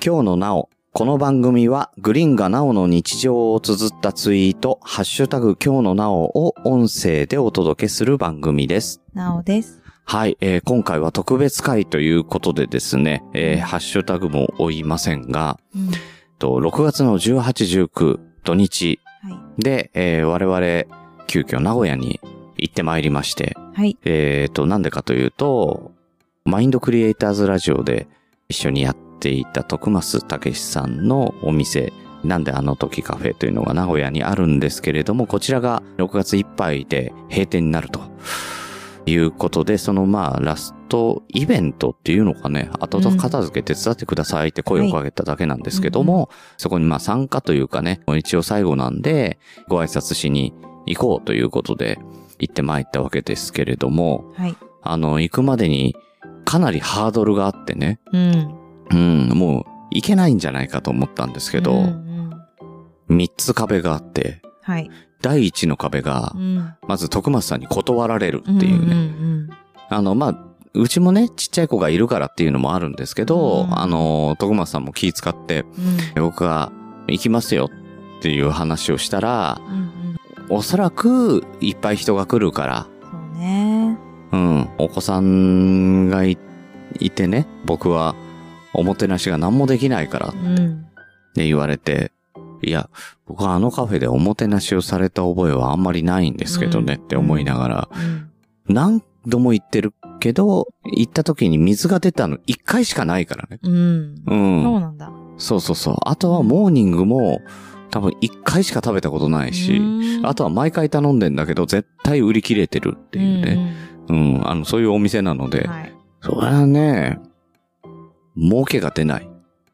今日のなお。この番組はグリーンがなおの日常を綴ったツイート、ハッシュタグ今日のなおを音声でお届けする番組です。 なおです。 はい、今回は特別会ということでですね、ハッシュタグも追いませんが、6月の18、19土日で、我々急遽名古屋に行ってまいりまして、 はい、 なんでかというと、マインドクリエイターズラジオで一緒にやっていた徳増武さんのお店、なんであの時カフェというのが名古屋にあるんですけれども、こちらが6月いっぱいで閉店になるということで、そのラストイベントっていうのかね、後片付け手伝ってくださいって声をかけただけなんですけども、そこに参加というかね、一応最後なんでご挨拶しに行こうということで行ってまいったわけですけれども、 はい、 行くまでにかなりハードルがあってね、もう行けないんじゃないかと思ったんですけど、3つ壁があって、 はい、 第1の壁が、まず徳松さんに断られるっていうね。うちもね、ちっちゃい子がいるからっていうのもあるんですけど、徳松さんも気遣って、僕が行きますよっていう話をしたら、おそらくいっぱい人が来るから、 そうね。 お子さんがいてね、僕はおもてなしが何もできないからって言われて、いや、僕はあのカフェでおもてなしをされた覚えはあんまりないんですけどねって思いながら、何度も言ってるけど、行った時に水が出たの1回しかないからね。 そうなんだ。 そうそうそう。あとはモーニングも多分1回しか食べたことないし、あとは毎回頼んでんだけど絶対売り切れてるっていうね。そういうお店なので、それはね、儲けが出ない。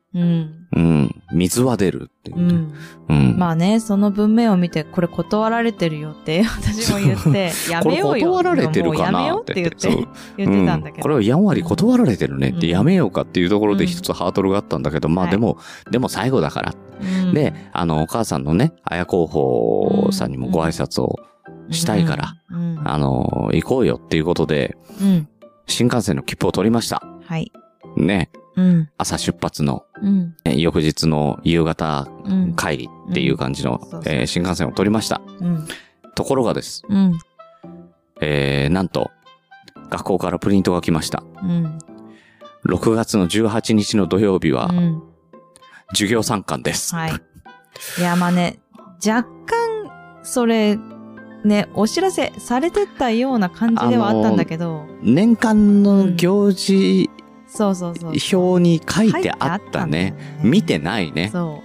水は出るっていうね。 まあね、その文面を見て、これ断られてるよって私も言って、やめようよ。 これ断られてるかなって。 やめようって言ってたんだけど。 これはやんわり断られてるねってやめようかっていうところで一つハードルがあったんだけど、でも最後だから。で、お母さんのね、綾広報さんにもご挨拶をしたいから、行こうよっていうことで、新幹線の切符を取りました。 はい。 ね。朝出発の、翌日の夕方帰りっていう感じの新幹線を取りました。ところがです。なんと、学校からプリントが来ました。6月の18日の土曜日は、授業参観です。 はい。いや、ね、若干、それ、ね、お知らせされてたような感じではあったんだけど。 年間の行事、 そう。 表に書いてあったね。見てないね。 そう。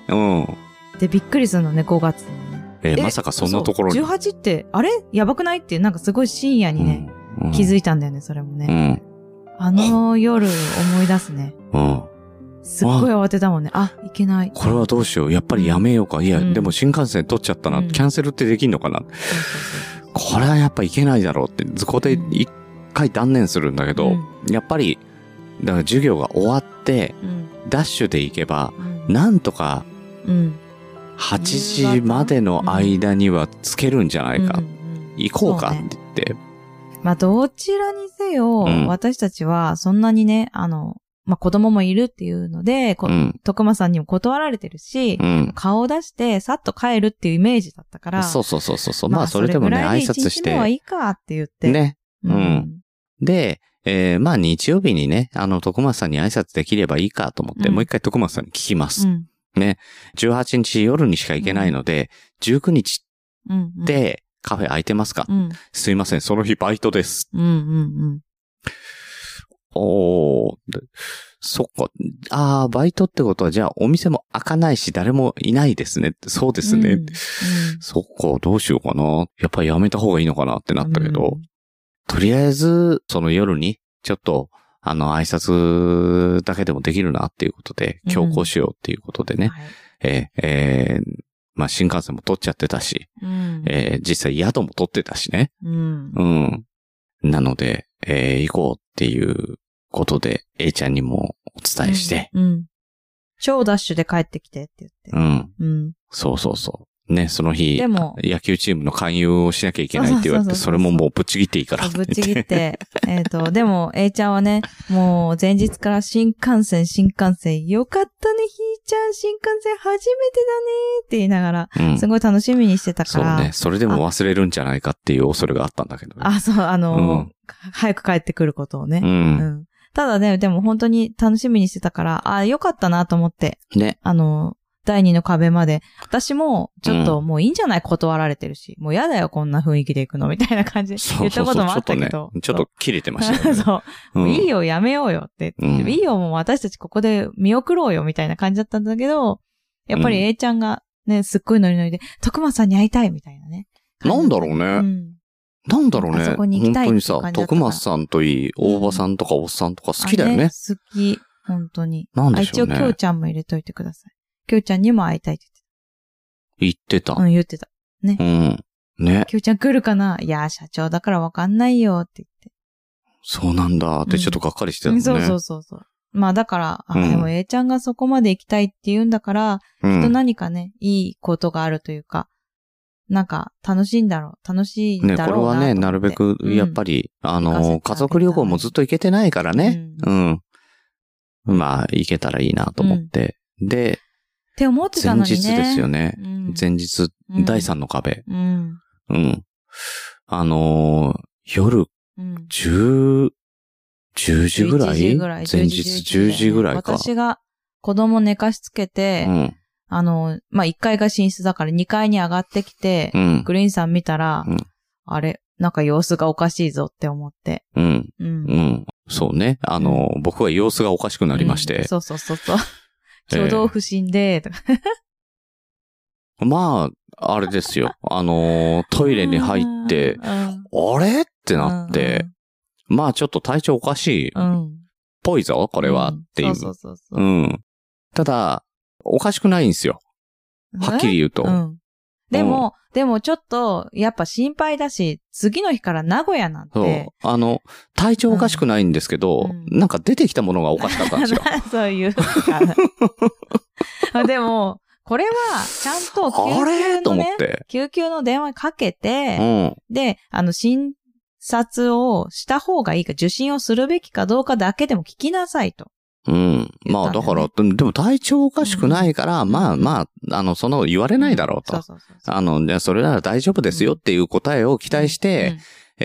で、びっくりするのね、5月にね。 まさかそんなところに。 18って、あれやばくないってなんかすごい深夜にね、気づいたんだよね、それもね。あの夜思い出すね。すっごい慌てたもんね。いけない。 これはどうしよう。やっぱりやめようか。いや、でも新幹線取っちゃったな。キャンセルってできんのかな。これはやっぱいけないだろうって、そこで一回断念するんだけど、やっぱり、だから授業が終わって、ダッシュで行けば、なんとか、8時までの間にはつけるんじゃないか。行こうかって言って。 どちらにせよ、私たちはそんなにね、子供もいるっていうので、徳間さんにも断られてるし、顔を出してさっと帰るっていうイメージだったから。 そう。それでもね、挨拶して。 もうはいいかって言って。 ね。で、日曜日にね、徳松さんに挨拶できればいいかと思って、もう一回徳松さんに聞きます。ね。18日夜にしか行けないので、19日でカフェ空いてますか？すいません、その日バイトです。そっか。バイトってことは、じゃあお店も開かないし誰もいないですね。そうですね。そっか、どうしようかな。やっぱりやめた方がいいのかなってなったけど、とりあえず、その夜に、ちょっと、挨拶だけでもできるなっていうことで、強行しようっていうことでね。新幹線も取っちゃってたし、実際宿も取ってたしね。なので、行こうっていうことで、A ちゃんにもお伝えして。 超ダッシュで帰ってきてって言って。 そう。 ね、その日、 でも野球チームの勧誘をしなきゃいけないって言われて、それももうぶっちぎっていいから。 ぶっちぎって。でも、A ちゃんはね、もう前日から新幹線、よかったね、ひーちゃん、新幹線初めてだねって言いながら、すごい楽しみにしてたから。 そうね、それでも忘れるんじゃないかっていう恐れがあったんだけど、ね。 そう、早く帰ってくることをね。ただね、でも本当に楽しみにしてたから、よかったなと思って。 ね。 第二の壁まで。私も、ちょっともういいんじゃない、断られてるし。もう嫌だよ、こんな雰囲気で行くの、みたいな感じで言ったこともあったけど。 ちょっと切れてましたよね。 そう。もういいよ、やめようよって言って。いいよ、もう私たちここで見送ろうよ、みたいな感じだったんだけど、やっぱり A ちゃんがね、すっごいノリノリで、徳間さんに会いたい、みたいなね。 なんだろうね。なんだろうね。 そこに行きたい本当にさ、徳松さんといい、大場さんとかおっさんとか好きだよね。 好き。本当に。 なんでしょうね。 一応、きょうちゃんも入れといてください。きょうちゃんにも会いたいって言ってた。 言ってた。ね。 ね。 きょうちゃん来るかな？いや、社長だからわかんないよって言って。 そうなんだってちょっとがっかりしてたもんね。 そう。まあだから、でも A ちゃんがそこまで行きたいって言うんだから、きっと何かね、いいことがあるというか、なんか楽しいんだろうね、これはね、なるべく、やっぱり、家族旅行もずっと行けてないからね。まあ、行けたらいいなと思って。で、 って思ってたのにね。 前日ですよね。前日、第3の壁。夜、10時ぐらい？前日10時ぐらいか。 私が子供寝かしつけて、まあ、1階が寝室だから2階に上がってきて、グリーンさん見たら、あれ、なんか様子がおかしいぞって思って。 そうね。僕は様子がおかしくなりまして。 そう。挙動不審で、とか。 まあ、あれですよ。トイレに入って、あれってなって、まあちょっと体調おかしい。ぽいぞ、これは、っていう。ただ、おかしくないんですよ。はっきり言うと。 でもちょっと、やっぱ心配だし、次の日から名古屋なんて。 そう。体調おかしくないんですけど、なんか出てきたものがおかしかったんですよ。 そういうか。でも、これは、ちゃんと救急の電話かけて、で、診察をした方がいいか、受診をするべきかどうかだけでも聞きなさいと。 まあだから、でも体調おかしくないから、まあ、言われないだろうと。じゃあそれなら大丈夫ですよっていう答えを期待して、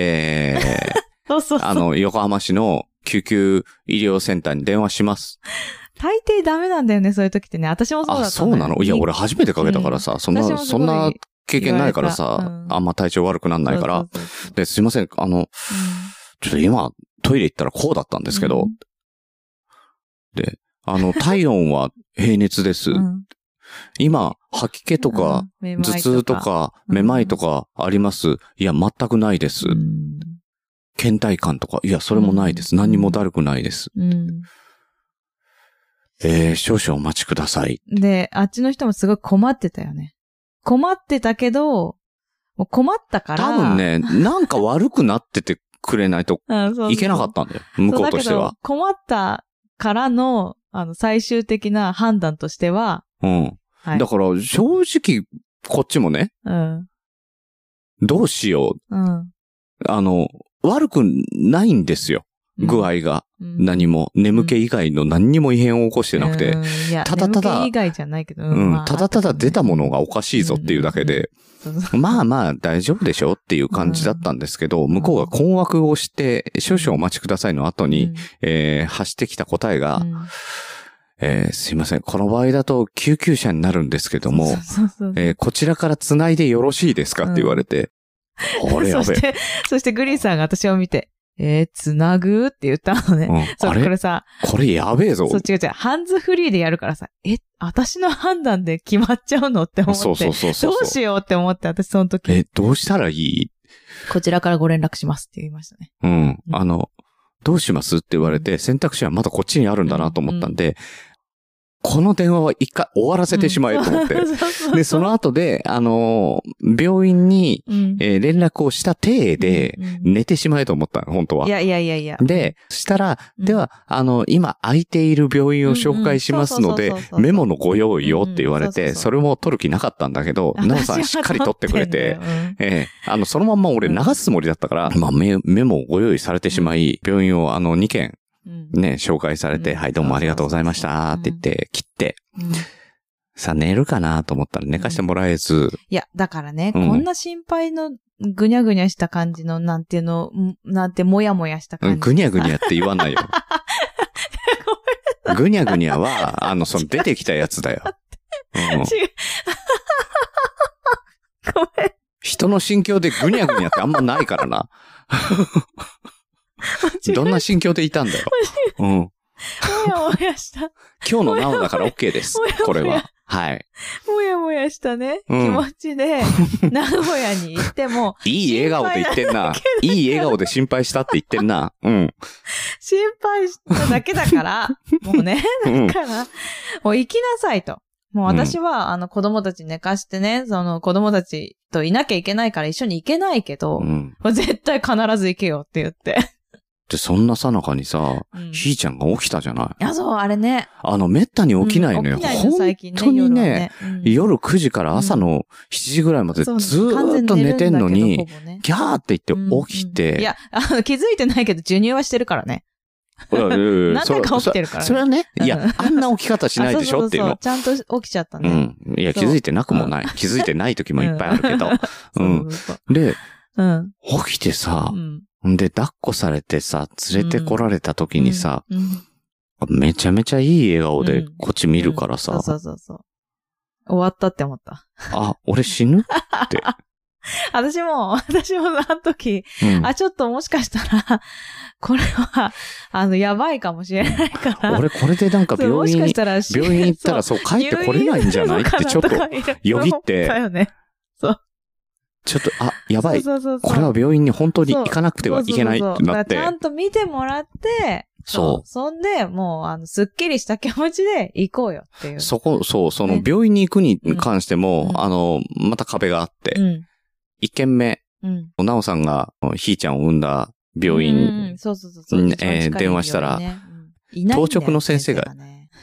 横浜市の救急医療センターに電話します。 大抵ダメなんだよね、そういう時ってね。私もそうだった。 そうなの？いや、俺初めてかけたからさ、そんな経験ないからさ、あんま体調悪くなんないから。で、すいません、ちょっと今、トイレ行ったらこうだったんですけど、で、体温は平熱です。今、吐き気とか、頭痛とか、めまいとかあります。いや、全くないです。倦怠感とか、いや、それもないです。何にもだるくないです。少々お待ちください。 で、あっちの人もすごい困ってたよね。困ってたけど、もう困ったから。 多分ね、なんか悪くなっててくれないといけなかったんだよ。向こうとしては。 困ったからの、最終的な判断としては。 だから、正直、こっちもね。どうしよう。悪くないんですよ。具合が。何も。眠気以外の何にも異変を起こしてなくて。ただただ。 眠気以外じゃないけど。 ただただ出たものがおかしいぞっていうだけで。まあまあ大丈夫でしょっていう感じだったんですけど、向こうが困惑をして、少々お待ちくださいの後に、発してきた答えが、すいません。この場合だと救急車になるんですけども、こちらから繋いでよろしいですかって言われて、あれやべえ。 そしてグリーンさんが私を見て、繋ぐって言ったのね。 これさ、これやべえぞ。 そう、違う。ハンズフリーでやるからさ、私の判断で決まっちゃうのって思って。そう。どうしようって思って、私その時。 どうしたらいい？ こちらからご連絡しますって言いましたね。 どうしますって言われて、選択肢はまだこっちにあるんだなと思ったんで、 この電話は一回終わらせてしまえと思って。で、その後で、病院に、連絡をした体で、寝てしまえと思ったの、本当は。 いや。 で、したら、では、今空いている病院を紹介しますので、メモのご用意をって言われて、それも取る気なかったんだけど、なおさんしっかり取ってくれて、そのまんま俺流すつもりだったから、まあ、メモをご用意されてしまい、病院を2件、ね、紹介されて、はい、どうもありがとうございましたって言って、切って、さあ寝るかなと思ったら寝かしてもらえず。 いや、だからね、こんな心配のぐにゃぐにゃした感じの、なんてもやもやした感じ。 ぐにゃぐにゃって言わないよ。ぐにゃぐにゃは、出てきたやつだよ。違う。ごめん。人の心境でぐにゃぐにゃってあんまないからな。どんな心境でいたんだよ。 もやもやした。 今日のなおだから OK です。これは。はい。 もやもやしたね。気持ちで、名古屋に行っても。 いい笑顔で言ってんな。いい笑顔で心配したって言ってんな。心配しただけだから、もうね、だから、もう行きなさいと。もう私は、子供たち寝かしてね、子供たちといなきゃいけないから一緒に行けないけど、絶対必ず行けよって言って。 で、そんなさなかにさ、ひーちゃんが起きたじゃない。 いや、そう、あれね。 めったに起きないのよ。本当にね、夜9時から朝の7時ぐらいまでずーっと寝てんのに、ギャーって言って起きて。 いや、気づいてないけど授乳はしてるからね。何回か起きてるからね。 それはね、いや、あんな起き方しないでしょっていうの。 ちゃんと起きちゃったね。 いや、気づいてなくもない。気づいてない時もいっぱいあるけど。で、起きてさ、で、抱っこされてさ、連れてこられた時にさ、めちゃめちゃいい笑顔でこっち見るからさ。 そう。終わったって思った。 あ、俺死ぬって。 私もあの時、ちょっともしかしたら、これは、やばいかもしれないから。 俺これでなんか病院行ったらそう帰ってこれないんじゃないってちょっとよぎって。 だよね。そう。 ちょっと、やばい。これは病院に本当に行かなくてはいけないってなって。 ちゃんと見てもらって、そんで、もう、すっきりした気持ちで行こうよっていう。 その病院に行くに関しても、また壁があって、一軒目、なおさんがひーちゃんを産んだ病院に電話したら、当直の先生が、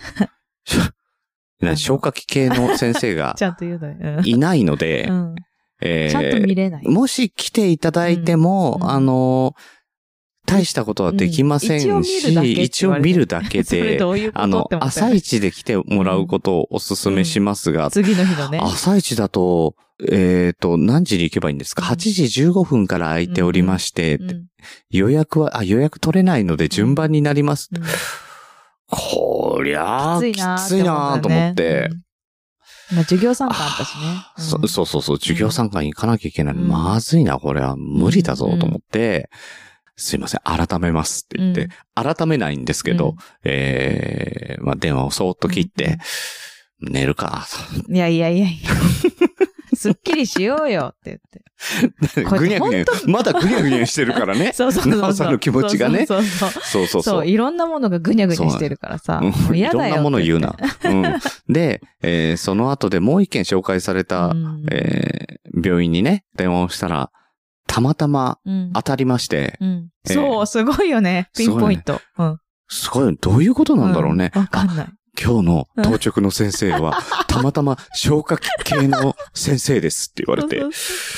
消化器系の先生がいないので、 ちゃんと見れない。 もし来ていただいても、大したことはできませんし、一応見るだけで、朝一で来てもらうことをお勧めしますが、 次の日のね。 朝一だと、何時に行けばいいんですか ?8 時15分から空いておりまして、予約取れないので順番になります。こりゃきついなと思って、 授業参観あったしね。 そう、授業参観行かなきゃいけない。まずいな、これは無理だぞと思って、すいません、改めますって言って、改めないんですけど、電話をそーっと切って、寝るか。 いや。すっきりしようよって言って。 ぐにゃぐにゃ、まだぐにゃぐにゃしてるからね。 そう。 なおさんの気持ちがね。 そう。いろんなものがぐにゃぐにゃしてるからさ。嫌だよ。 いろんなもの言うな。で、その後でもう一件紹介された、病院にね、電話をしたら、たまたま当たりまして。 そう、すごいよね。ピンポイント。 すごい、どういうことなんだろうね。 わかんない。 今日の当直の先生は、たまたま消化器系の先生ですって言われて。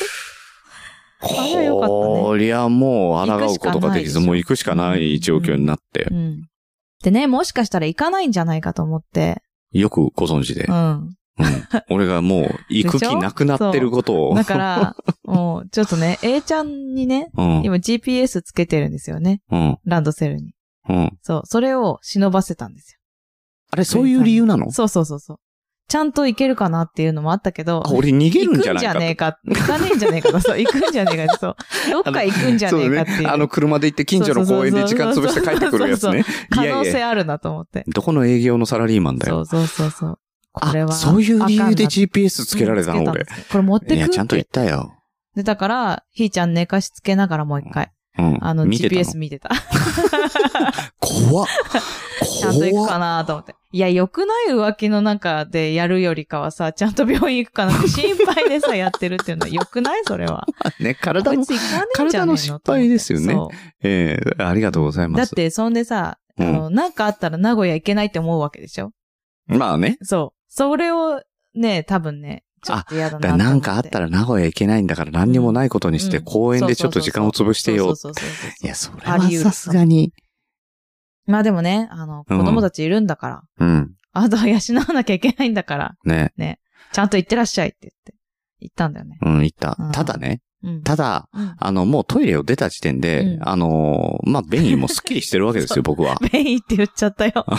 こりゃもう抗うことができず、もう行くしかない状況になって。 でね、もしかしたら行かないんじゃないかと思って。 よくご存知で。俺がもう行く気なくなってることを。 だから、もうちょっとね、A ちゃんにね、今 GPS つけてるんですよね。ランドセルに。そう、それを忍ばせたんですよ。 あれ、そういう理由なの？ そう。ちゃんと行けるかなっていうのもあったけど。 俺逃げるんじゃないか。 行くんじゃねえか。行かねえんじゃねえか。そう、行くんじゃねえか。そう。どっか行くんじゃねえかっていう。 車で行って近所の公園で時間潰して帰ってくるやつね。 可能性あるなと思って。 どこの営業のサラリーマンだよ。 そう。これは。 そういう理由で GPS つけられたの俺。 これ持ってくって。 いや、ちゃんと言ったよ。 で、だから、ひーちゃん寝かしつけながらもう一回。 GPS 見てた。 怖っ。 ちゃんと行くかなと思って。いや、良くない浮気の中でやるよりかはさ、ちゃんと病院行くかなって心配でさ、やってるっていうのは良くないそれは。 ね、体の失敗ですよね。ありがとうございます。 だって、そんでさ、なんかあったら名古屋行けないって思うわけでしょ？ まあね。 そう。それをね、多分ね、ちょっと嫌だな。 なんかあったら名古屋行けないんだから何にもないことにして公園でちょっと時間を潰してよ。いや、それはさすがに。 まあでもね、子供たちいるんだから。あとは養わなきゃいけないんだから。ね。ちゃんと行ってらっしゃいって言って。行ったんだよね。 行った。ただね。ただ、もうトイレを出た時点で、まあ、便意もスッキリしてるわけですよ、僕は。 便意って言っちゃったよ。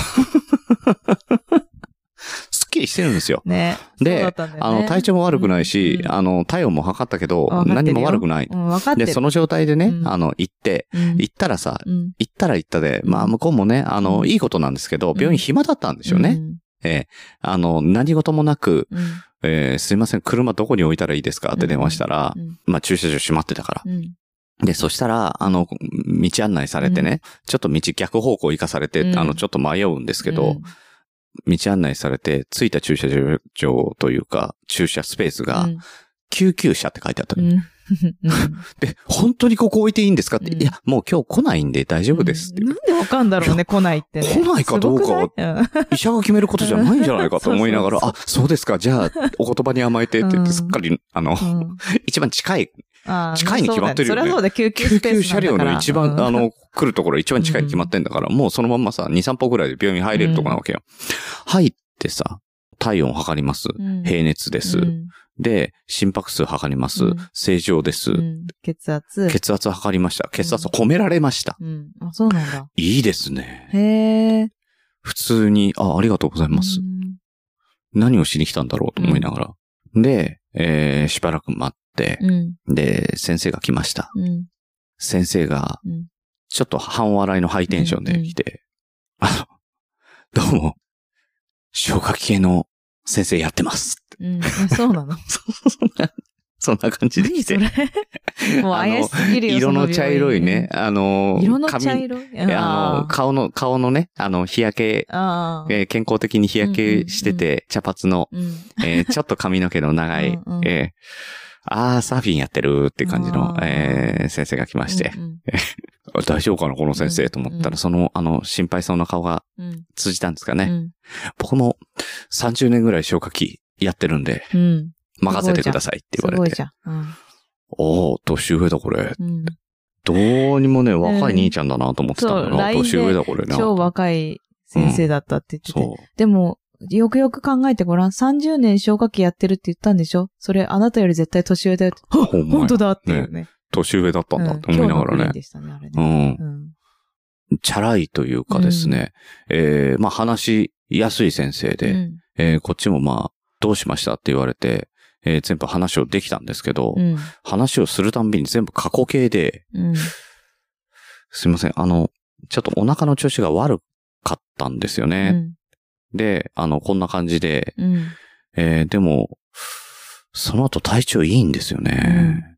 すっきりしてるんですよ。 ね。 で、体調も悪くないし、体温も測ったけど、何も悪くない。で、その状態でね、行ったらさ、行ったで、まあ、向こうもね、いいことなんですけど、病院暇だったんでしょうね。何事もなく、すいません、車どこに置いたらいいですかって電話したら、まあ、駐車場閉まってたから。で、そしたら、道案内されてね、ちょっと道逆方向行かされて、ちょっと迷うんですけど、道案内されて、着いた駐車場というか、駐車スペースが、救急車って書いてあったの。で、本当にここ置いていいんですかって、いや、もう今日来ないんで大丈夫ですって。 なんでわかんだろうね、来ないってね。 来ないかどうかは、医者が決めることじゃないんじゃないかと思いながら、あ、そうですか、じゃあ、お言葉に甘えてって言って、すっかり、一番近いに決まってるよね。 それはそうだ、救急スペース車両の一番、来るところ一番近いに決まってんだから、もうそのまんまさ、2、3歩ぐらいで病院入れるとこなわけよ。入ってさ、体温測ります。平熱です。で、心拍数測ります。正常です。 血圧測りました。血圧褒められました。 あ、そうなんだ。 いいですね。 へー。 普通に、ありがとうございます。何をしに来たんだろうと思いながら。で、しばらく待って、で、先生が来ました。先生が、ちょっと半笑いのハイテンションで来て、どうも、消化器系の先生やってます。 そうなのそんな感じで来て。 もう怪しすぎるよ。 色の茶色いね、 色の茶色い顔のね、日焼け、健康的に日焼けしてて、茶髪の、ちょっと髪の毛の長い、サーフィンやってるって感じの、先生が来まして、大丈夫かなこの先生と思ったら、心配そうな顔が通じたんですかね。僕も30年ぐらい消化器やってるんで、任せてくださいって言われて。 すごいじゃん。 年上だこれ。どうにもね、若い兄ちゃんだなと思ってたんだな。年上だこれな。 超若い先生だったって言ってて。でも、よくよく考えてごらん。30年消化器やってるって言ったんでしょ？それあなたより絶対年上だよって。本当だっていうね。 年上だったんだって思いながらね。 でしたね、あれね。 チャラいというかですね。まあ話しやすい先生で、こっちもまあ、どうしましたって言われて、全部話をできたんですけど、話をするたんびに全部過去形で、すいません、ちょっとお腹の調子が悪かったんですよね。で、こんな感じで、でも、その後体調いいんですよね。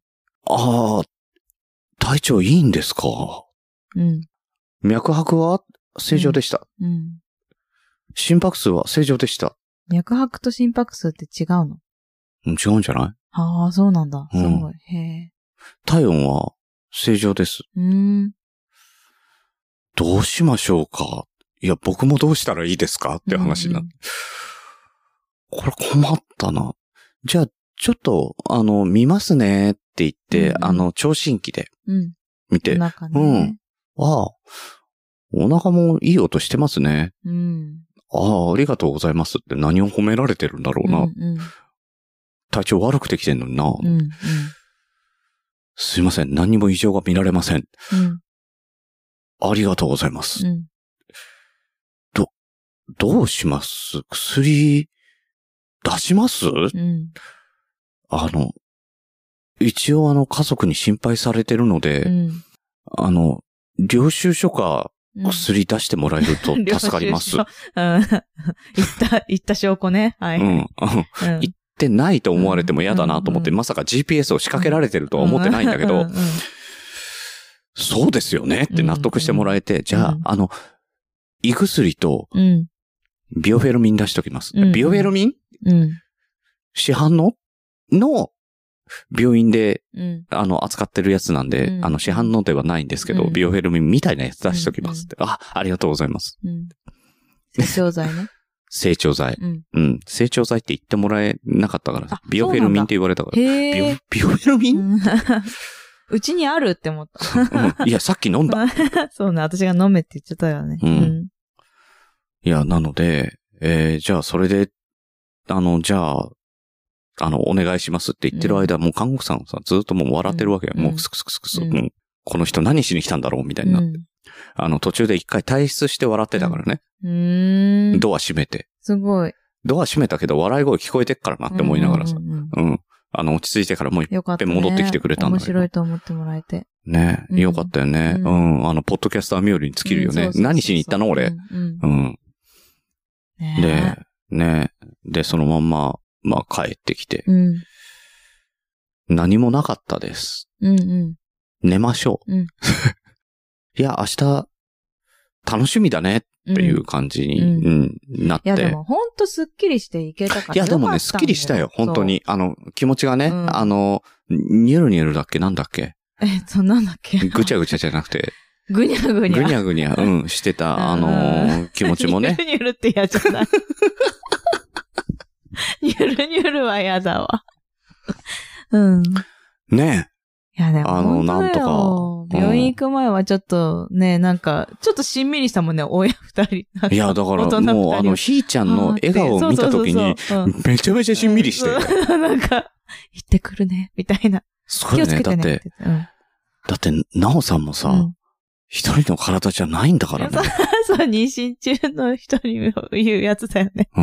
体調いいんですか。脈拍は正常でした。心拍数は正常でした。 脈拍と心拍数って違うの？ 違うんじゃない？ ああ、そうなんだ。すごい。へえ。 体温は正常です。どうしましょうか？いや、僕もどうしたらいいですかって話になって。これ困ったな。じゃあ、ちょっと、見ますねって言って、聴診器で、見て、お腹もいい音してますね。ありがとうございますって何を褒められてるんだろうな。体調悪くてきてんのにな。すいません、何にも異常が見られません。ありがとうございます。どうします？薬、出します？一応家族に心配されてるので、領収書か薬出してもらえると助かります。 言った証拠ね。はい。 言ってないと思われても嫌だなと思って、まさか GPS を仕掛けられてるとは思ってないんだけど、 そうですよねって納得してもらえて、じゃあ、胃薬と、ビオフェルミン出しときます。ビオフェルミン市販の病院で、扱ってるやつなんで、市販のではないんですけど、ビオフェルミンみたいなやつ出しときますって。ありがとうございます。 成長剤ね。 成長剤。成長剤って言ってもらえなかったから、ビオフェルミンって言われたから。ビオフェルミンうちにあるって思った。 いや、さっき飲んだ。 そうね、私が飲めって言っちゃったよね。 いや、なので、じゃあそれで、じゃあ、お願いしますって言ってる間、もう看護婦さんさ、ずっともう笑ってるわけよ。もうクスクスクスクス。この人何しに来たんだろうみたいになって。途中で一回退出して笑ってたからね。ドア閉めて。 すごい。 ドア閉めたけど笑い声聞こえてっからなって思いながらさ。落ち着いてからもう一遍戻ってきてくれたんだけど。 面白いと思ってもらえて。 ね、よかったよね。ポッドキャスター冥利に尽きるよね。何しに行ったの俺。で、そのまんま、帰ってきて。何もなかったです。寝ましょう。いや、明日、楽しみだねっていう感じになって。 いや、でもほんとスッキリしていけたから。 いや、でもね、スッキリしたよ、本当に。気持ちがね、ニュルニュルだっけなんだっけなんだっけぐちゃぐちゃじゃなくて。 ぐにゃぐにゃ。 ぐにゃぐにゃ、してた、気持ちもね。 ニュルニュルって嫌じゃない。ニュルニュルは嫌だわ。 ねえ。いや、でもなんとか。病院行く前はちょっとね、なんか、ちょっとしんみりしたもんね、親二人。 いや、だからもう、ひーちゃんの笑顔を見たときに、めちゃめちゃしんみりして。 なんか、行ってくるね、みたいな。 そうよね、だって、なおさんもさ、一人の体じゃないんだからね。 そう、妊娠中の人に言うやつだよね。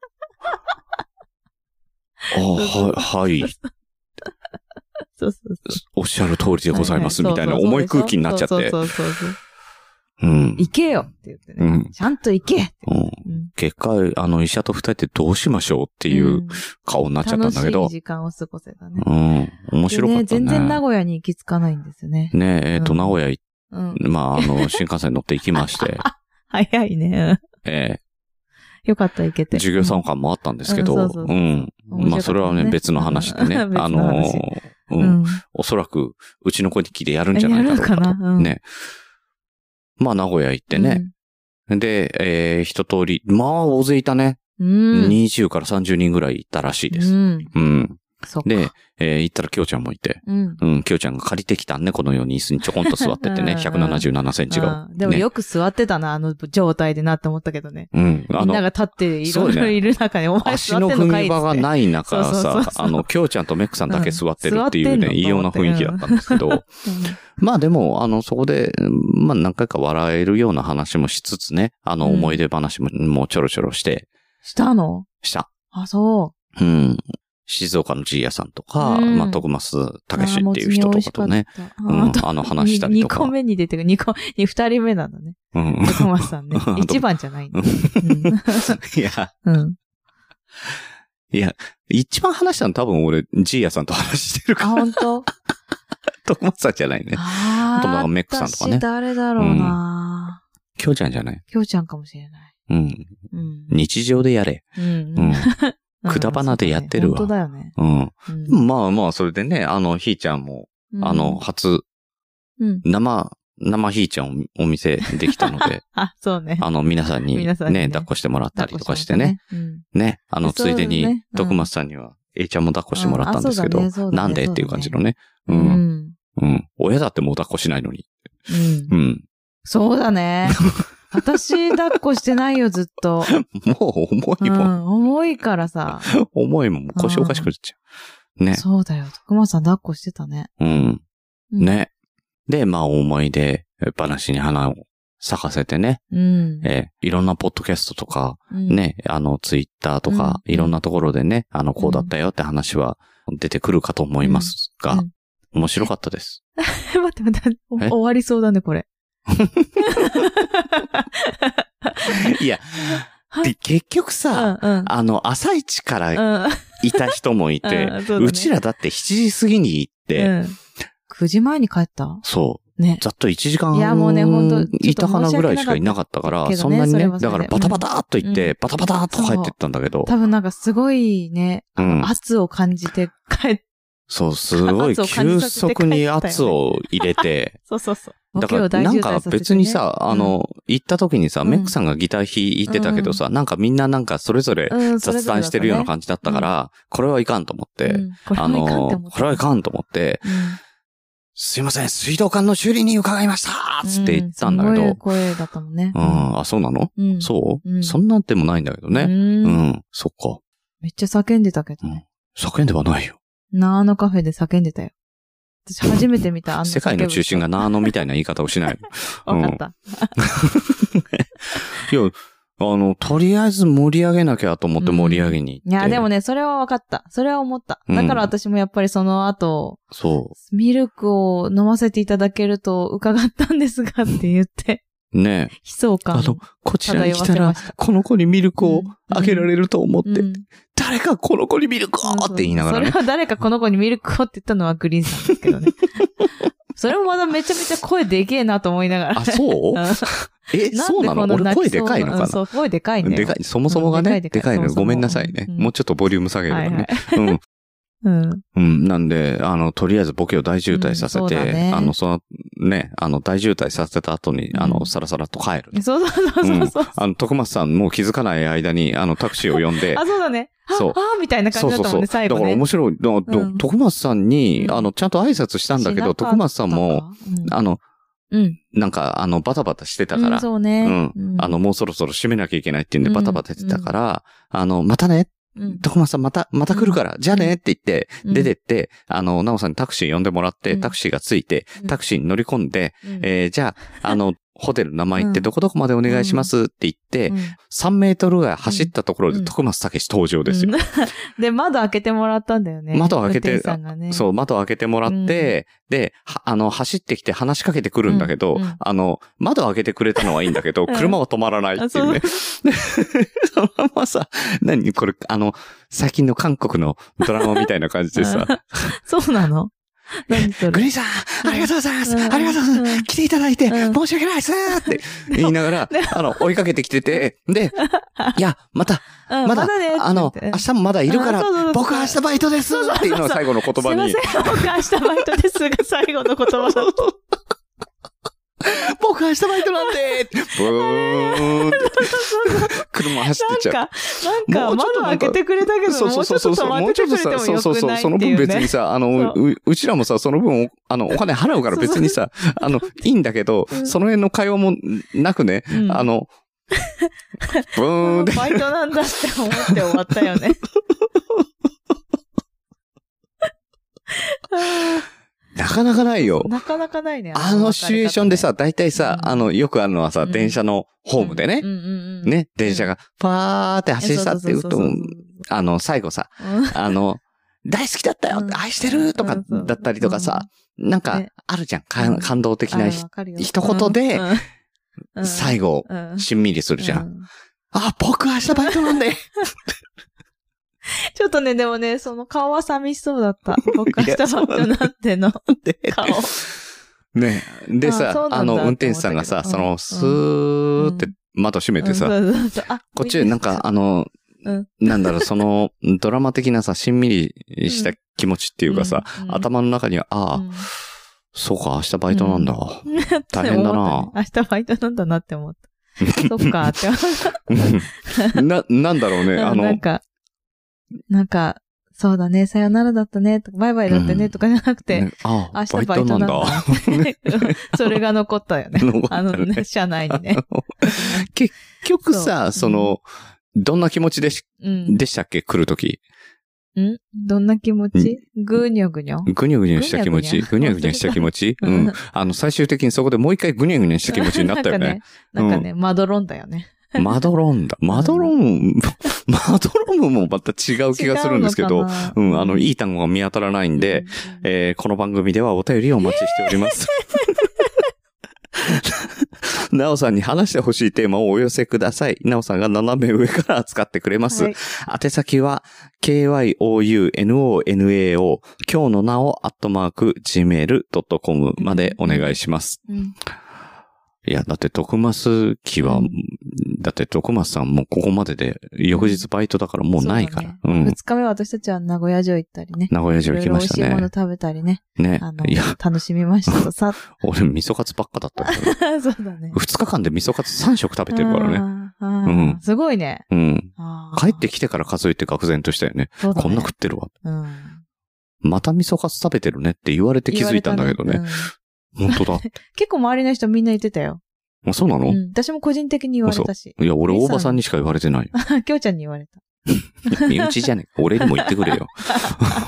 はい。 そう。 おっしゃる通りでございます、みたいな重い空気になっちゃって。 そう。行けよって言ってね。ちゃんと行け結果、医者と二人でどうしましょうっていう顔になっちゃったんだけど。 楽しい時間を過ごせたね。 面白かったね。 全然名古屋に行き着かないんですよね。 ね名古屋新幹線乗って行きまして。 早いね。よかった行けて。 授業参観もあったんですけど、それはね、別の話でね。おそらく、うちの子に来てやるんじゃないだろうかと。ね。名古屋行ってね。で、一通り、大勢いたね。20から30人ぐらいいたらしいです。で、行ったらきょうちゃんもいて、きょうちゃんが借りてきたね、このように椅子にちょこんと座っててね、177センチが。 でもよく座ってたな、あの状態でなって思ったけどね。みんなが立っていろいろいる中に、お前座ってんのかいって。足の踏み場がない中さ、 きょうちゃんとメックさんだけ座ってるっていうね、異様な雰囲気だったんですけど。でも、そこで、何回か笑えるような話もしつつね、思い出話もちょろちょろして。 したの？ した。 あ、そう。 静岡のジーヤさんとか、徳増たけしっていう人とかとね、話したりとか。 2個目に出てくる、2人目なんだね。徳増さんね。1番じゃないんだ。 いや、一番話したの多分俺、ジーヤさんと話してるから。 本当？ 徳増さんじゃないね。あとメックさんとかね。 私誰だろうな。 きょうちゃんじゃない？ きょうちゃんかもしれない。 日常でやれ。くだばなでやってるわ。 本当だよね。 それでね、ひーちゃんも、初、生ひーちゃんお店できたので、 そうね。 皆さんにね、抱っこしてもらったりとかしてね。ね、ついでに、徳松さんには、A ちゃんも抱っこしてもらったんですけど、なんでっていう感じのね。親だってもう抱っこしないのに。 そうだね。私、抱っこしてないよ、ずっと。 もう重いもん。 重いからさ。 重いもん。腰おかしくなっちゃう。ね。 そうだよ。徳間さん抱っこしてたね。 ね。で、思い出話に花を咲かせてね。いろんなポッドキャストとか、ね、ツイッターとか、いろんなところでね、こうだったよって話は出てくるかと思いますが、面白かったです。 待って、終わりそうだね、これ。 いや、結局さ、朝一からいた人もいて、うちらだって7時過ぎに行って、 9時前に帰った？ そね。 ざっと1時間いや、もうね、本当いたかなぐらいしかいなかったから、そんなにね、だからバタバターっと行って、バタバターっと帰ってったんだけど。 多分なんかすごいね、圧を感じて帰って。 そう、すごい急速に圧を入れて。 そうそうそう。 だからなんか別にさ、行った時にさ、メックさんがギター弾いてたけどさ、なんかみんななんかそれぞれ雑談してるような感じだったから、これはいかんと思って、これはいかんと思って、すいません、水道管の修理に伺いましたつって言ったんだけど。すごい声だったもんね。 あ、そうなのそうそんなんでもないんだけどね。そっか。 めっちゃ叫んでたけどね。 叫んではないよ。 ナーノカフェで叫んでたよ。私初めて見た世界の中心がナーノみたいな言い方をしない。 わかった。 いや、とりあえず盛り上げなきゃと思って盛り上げに行って。 いや、でもね、それはわかった。それは思った。だから私もやっぱりその後、ミルクを飲ませていただけると伺ったんですがって言って。 ねえ。 悲壮感。 こちらに来たら、この子にミルクをあげられると思って、誰かこの子にミルクをって言いながらね。 それは誰かこの子にミルクをって言ったのはグリーンさんですけどね。それもまだめちゃめちゃ声でけえなと思いながら。 あ、そうそうなの？俺声でかいのかな？ そう、声でかいね。 でかい。そもそもがね、でかいの。ごめんなさいね。もうちょっとボリューム下げるからね。なんで、とりあえずボケを大渋滞させて、大渋滞させた後に、さらさらと帰る。 そう。 徳松さんもう気づかない間に、タクシーを呼んで。 あ、そうだね。そう。みたいな感じだったもんね、最後ね。 だから面白い。徳松さんに、ちゃんと挨拶したんだけど、徳松さんも、なんか、バタバタしてたから。 そうね。 もうそろそろ閉めなきゃいけないって言うんでバタバタしてたから、またね。徳松さんまた来るから、じゃあねって言って、出てって、なおさんにタクシー呼んでもらって、タクシーがついて、タクシーに乗り込んで、じゃあ、ホテル名前言ってどこどこまでお願いしますって言って、3メートルぐらい走ったところで徳松武史登場ですよ。 で、窓開けてもらったんだよね。 窓開けて、そう、窓開けてもらって、で、走ってきて話しかけてくるんだけど、窓開けてくれたのはいいんだけど、車は止まらないっていうね。そのままさ、何これ、最近の韓国のドラマみたいな感じでさ。 そうなの？何それ？ グリーンさん、ありがとうございます。ありがとうございます。来ていただいて、申し訳ないですって言いながら、追いかけてきてて、で、いや、まだね、明日もまだいるから、僕は明日バイトですっていうのが最後の言葉に。 すいません、僕は明日バイトですが最後の言葉だと。 僕は明日バイトなんでブーンって車走ってっちゃう。 なんか窓開けてくれたけど、もうちょっと止まっててくれてもよくないっていうね。そう、 その分別にさ、うちらもさ、その分、お金払うから別にさ、いいんだけど、その辺の会話もなくね、ブーンって。 バイトなんだって思って終わったよね。 なかなかないよ。 なかなかないね。 シチュエーションでさ、大体さ、よくあるのはさ、電車のホームでね。ね、電車がパーって走り去っていくと、最後さ、大好きだったよ愛してるとかだったりとかさ、なんか、あるじゃん。感動的な一言で、最後、しんみりするじゃん。あ、僕は明日バイトなんで。 ちょっとね、でもね、その顔は寂しそうだった。僕は明日バイトなんての顔。 ね。でさ、運転手さんがさ、スーって窓閉めてさ、こっちでなんか、なんだろう、その、ドラマ的なさ、しんみりした気持ちっていうかさ、頭の中には、そうか、明日バイトなんだ。大変だな。 明日バイトなんだなって思った。そっか、って思った。 なんだろうね、 なんか、そうだね、さよならだったね、とかバイバイだったね、とかじゃなくて、明日バイトなんだ。それが残ったよね。車内にね。 結局さ、どんな気持ちでしたっけ来るとき。 どんな気持ち？ぐにょぐにょぐにょぐにょした気持ちぐにょぐにょした気持ち最終的にそこでもう一回ぐにょぐにょした気持ちになったよね。 なんかね、まどろんだよね。 まどろんだ。まどろむもまた違う気がするんですけど、いい単語が見当たらないんで、この番組ではお便りをお待ちしております。 なおさんに話してほしいテーマをお寄せください。なおさんが斜め上から扱ってくれます。はい、宛先は、kyounonao、今日のなお、@gmail.com までお願いします。いや、だって徳増期は、だって徳増さんもここまでで、翌日バイトだからもうないから。 2日目は私たちは名古屋城行ったりね。 名古屋城行きましたね。 美味しいもの食べたりね。 ね。 いや、楽しみましたとさ。 俺味噌カツばっかだったから。 そうだね。 2日間で味噌カツ3食食べてるからね。 すごいね。 帰ってきてから数えて愕然としたよね。こんな食ってるわ。また味噌カツ食べてるねって言われて気づいたんだけどね。本当だ。 結構周りの人みんな言ってたよ。 あ、そうなの？ 私も個人的に言われたし。 いや、俺大場さんにしか言われてない。 きょうちゃんに言われた。 身内じゃねえ。俺にも言ってくれよ。